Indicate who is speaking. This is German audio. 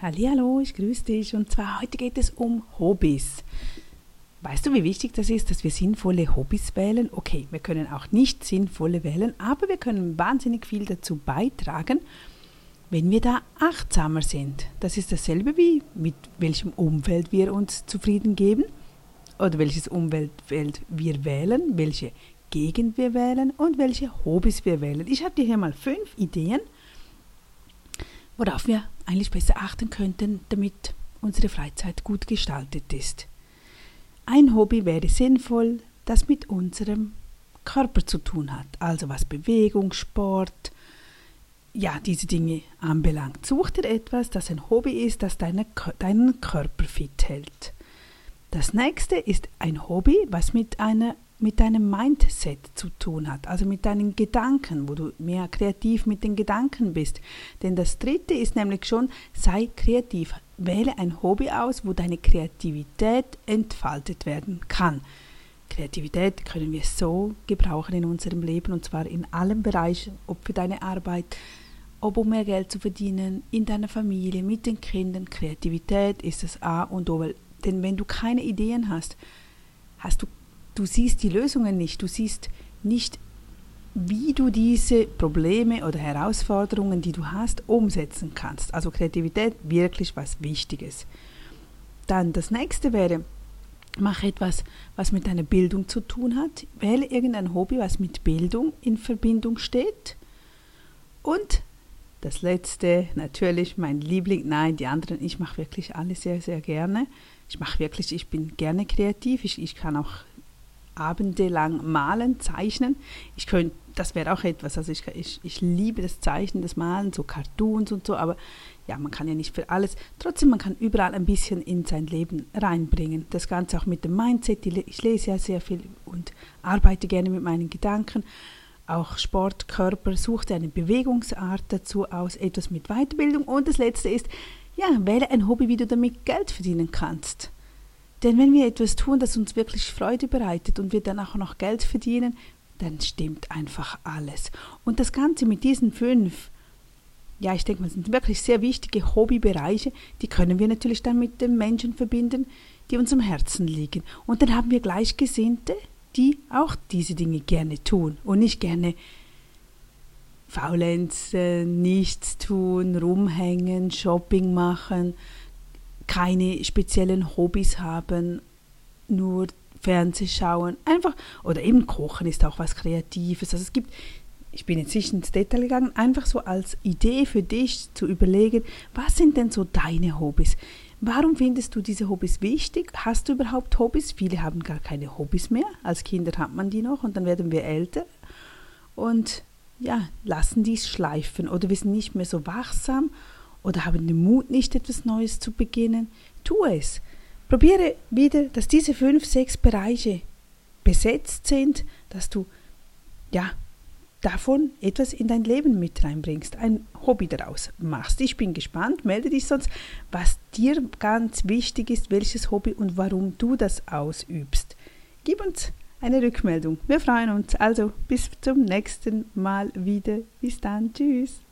Speaker 1: Hallihallo, ich grüße dich und zwar heute geht es um Hobbys. Weißt du, wie wichtig das ist, dass wir sinnvolle Hobbys wählen? Okay, wir können auch nicht sinnvolle wählen, aber wir können wahnsinnig viel dazu beitragen, wenn wir da achtsamer sind. Das ist dasselbe wie mit welchem Umfeld wir uns zufrieden geben oder welches Umfeld wir wählen, welche Gegend wir wählen und welche Hobbys wir wählen. Ich habe dir hier mal 5 Ideen, worauf wir eigentlich besser achten könnten, damit unsere Freizeit gut gestaltet ist. Ein Hobby wäre sinnvoll, das mit unserem Körper zu tun hat, also was Bewegung, Sport, diese Dinge anbelangt. Such dir etwas, das ein Hobby ist, das deinen Körper fit hält. Das nächste ist ein Hobby, was mit deinem Mindset zu tun hat, also mit deinen Gedanken, wo du mehr kreativ mit den Gedanken bist. Denn das dritte ist nämlich schon, sei kreativ. Wähle ein Hobby aus, wo deine Kreativität entfaltet werden kann. Kreativität können wir so gebrauchen in unserem Leben und zwar in allen Bereichen, ob für deine Arbeit, ob um mehr Geld zu verdienen, in deiner Familie, mit den Kindern. Kreativität ist das A und O, denn wenn du keine Ideen hast, du siehst die Lösungen nicht, du siehst nicht, wie du diese Probleme oder Herausforderungen, die du hast, umsetzen kannst. Also Kreativität wirklich was Wichtiges. Dann das nächste wäre, mach etwas, was mit deiner Bildung zu tun hat. Wähle irgendein Hobby, was mit Bildung in Verbindung steht. Und das letzte, natürlich mein Liebling, nein, die anderen, ich mache wirklich alles sehr, sehr gerne. Ich bin gerne kreativ, ich kann auch abendelang malen, zeichnen. Das wäre auch etwas, also ich liebe das Zeichnen, das Malen, so Cartoons und so, aber ja, man kann ja nicht für alles, trotzdem man kann überall ein bisschen in sein Leben reinbringen. Das Ganze auch mit dem Mindset, ich lese ja sehr viel und arbeite gerne mit meinen Gedanken, auch Sport, Körper, such dir eine Bewegungsart dazu aus, etwas mit Weiterbildung und das letzte ist, wähle ein Hobby, wie du damit Geld verdienen kannst. Denn wenn wir etwas tun, das uns wirklich Freude bereitet und wir dann auch noch Geld verdienen, dann stimmt einfach alles. Und das Ganze mit diesen 5, ich denke mal, sind wirklich sehr wichtige Hobbybereiche, die können wir natürlich dann mit den Menschen verbinden, die uns am Herzen liegen. Und dann haben wir Gleichgesinnte, die auch diese Dinge gerne tun und nicht gerne faulenzen, nichts tun, rumhängen, Shopping machen, keine speziellen Hobbys haben, nur Fernsehen schauen, einfach, oder eben Kochen ist auch was Kreatives. Also ich bin jetzt nicht ins Detail gegangen, einfach so als Idee für dich zu überlegen, was sind denn so deine Hobbys? Warum findest du diese Hobbys wichtig? Hast du überhaupt Hobbys? Viele haben gar keine Hobbys mehr. Als Kinder hat man die noch und dann werden wir älter und lassen dies schleifen oder wir sind nicht mehr so wachsam oder haben den Mut nicht, etwas Neues zu beginnen. Tu es. Probiere wieder, dass diese 5, 6 Bereiche besetzt sind, dass du davon etwas in dein Leben mit reinbringst, ein Hobby daraus machst. Ich bin gespannt, melde dich sonst, was dir ganz wichtig ist, welches Hobby und warum du das ausübst. Gib uns eine Rückmeldung. Wir freuen uns. Also bis zum nächsten Mal wieder. Bis dann. Tschüss.